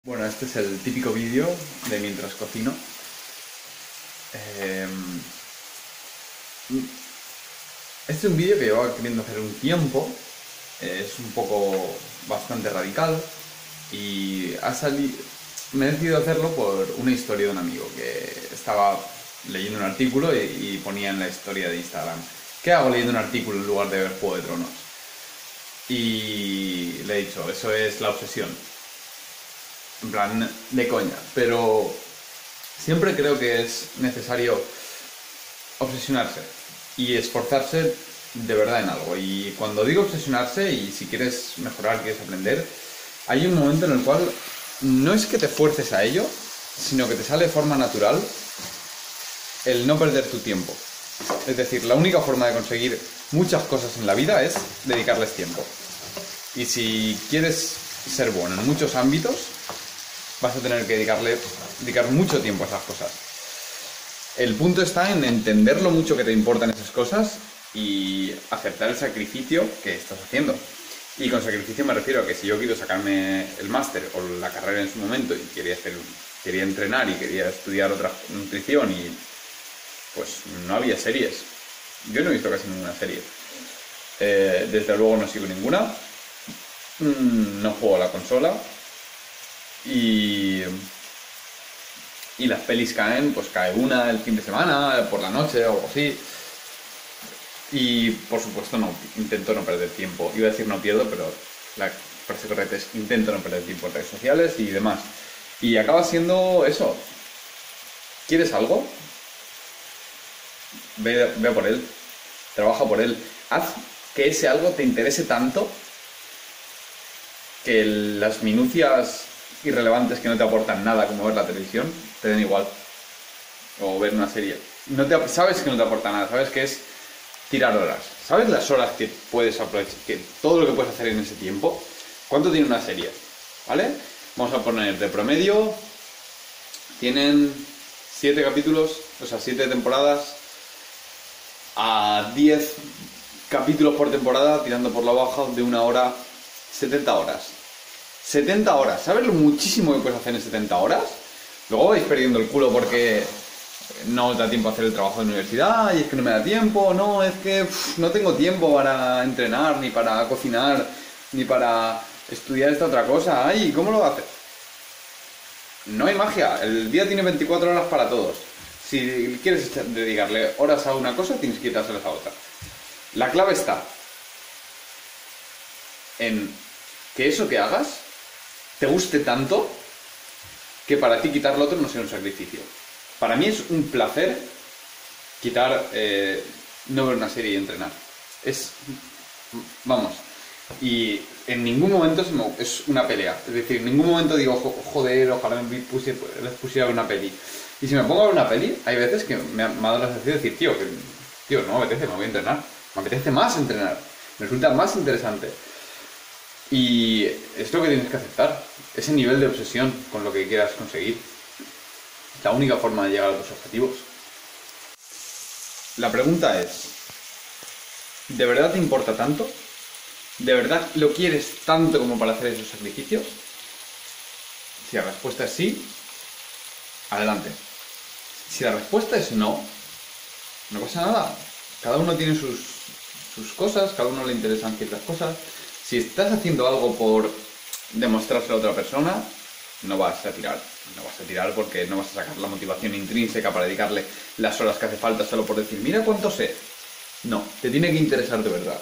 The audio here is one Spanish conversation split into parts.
Bueno, este es el típico vídeo de mientras cocino. Este es un vídeo que llevaba queriendo hacer un tiempo. Es un poco bastante radical y me he decidido hacerlo por una historia de un amigo que estaba leyendo un artículo y ponía en la historia de Instagram: ¿qué hago leyendo un artículo en lugar de ver Juego de Tronos? Y le he dicho, eso es la obsesión. En plan, de coña, pero siempre creo que es necesario obsesionarse y esforzarse de verdad en algo. Y cuando digo obsesionarse, y si quieres mejorar, quieres aprender, hay un momento en el cual no es que te fuerces a ello, sino que te sale de forma natural el no perder tu tiempo. Es decir, la única forma de conseguir muchas cosas en la vida es dedicarles tiempo. Y si quieres ser bueno en muchos ámbitos, vas a tener que dedicar mucho tiempo a esas cosas. El punto está en entender lo mucho que te importan esas cosas y aceptar el sacrificio que estás haciendo. Y con sacrificio me refiero a que si yo quiero sacarme el máster o la carrera en su momento y quería entrenar y quería estudiar otra nutrición, y pues no había series. Yo no he visto casi ninguna serie. Desde luego no sigo ninguna. No juego a la consola. Y las pelis caen, pues cae una el fin de semana, por la noche o algo así. Y por supuesto intento no perder tiempo. Iba a decir no pierdo, pero la frase correcta es intento no perder tiempo en redes sociales y demás. Y acaba siendo eso. ¿Quieres algo? Ve por él. Trabaja por él. Haz que ese algo te interese tanto que las minucias irrelevantes que no te aportan nada, como ver la televisión, te den igual. O ver una serie. Sabes que no te aporta nada, sabes que es tirar horas. ¿Sabes las horas que puedes aprovechar? Que todo lo que puedes hacer en ese tiempo. ¿Cuánto tiene una serie? ¿Vale? Vamos a poner de promedio. Tienen 7 capítulos, o sea, 7 temporadas. A 10 capítulos por temporada, tirando por la baja, de 1 hora, 70 horas. 70 horas, ¿sabes lo muchísimo que puedes hacer en 70 horas? Luego vais perdiendo el culo porque no os da tiempo a hacer el trabajo de universidad, y es que no me da tiempo, no, es que no tengo tiempo para entrenar, ni para cocinar, ni para estudiar esta otra cosa. Ay, ¿cómo lo haces? No hay magia, el día tiene 24 horas para todos. Si quieres dedicarle horas a una cosa, tienes que quitárselas a otra. La clave está en que eso que hagas te guste tanto que para ti quitar lo otro no sea un sacrificio. Para mí es un placer no ver una serie y entrenar. Vamos, y en ningún momento es una pelea. Es decir, en ningún momento digo, joder, ojalá les pusiera una peli. Y si me pongo a ver una peli, hay veces que me ha dado la sensación de decir, tío, no me apetece, me voy a entrenar. Me apetece más entrenar. Me resulta más interesante. Y es lo que tienes que aceptar, ese nivel de obsesión con lo que quieras conseguir. Es la única forma de llegar a tus objetivos. La pregunta es, ¿de verdad te importa tanto? ¿De verdad lo quieres tanto como para hacer esos sacrificios? Si la respuesta es sí, adelante. Si la respuesta es no, no pasa nada. Cada uno tiene sus cosas, cada uno le interesan ciertas cosas. Si estás haciendo algo por demostrárselo a otra persona, no vas a tirar. No vas a tirar porque no vas a sacar la motivación intrínseca para dedicarle las horas que hace falta solo por decir, mira cuánto sé. No, te tiene que interesar de verdad.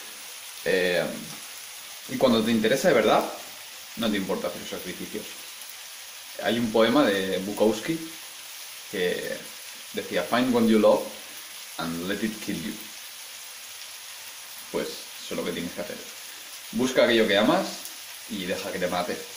Y cuando te interesa de verdad, no te importa hacer esos sacrificios. Hay un poema de Bukowski que decía, find what you love and let it kill you. Pues eso es lo que tienes que hacer. Busca aquello que amas y deja que te mate.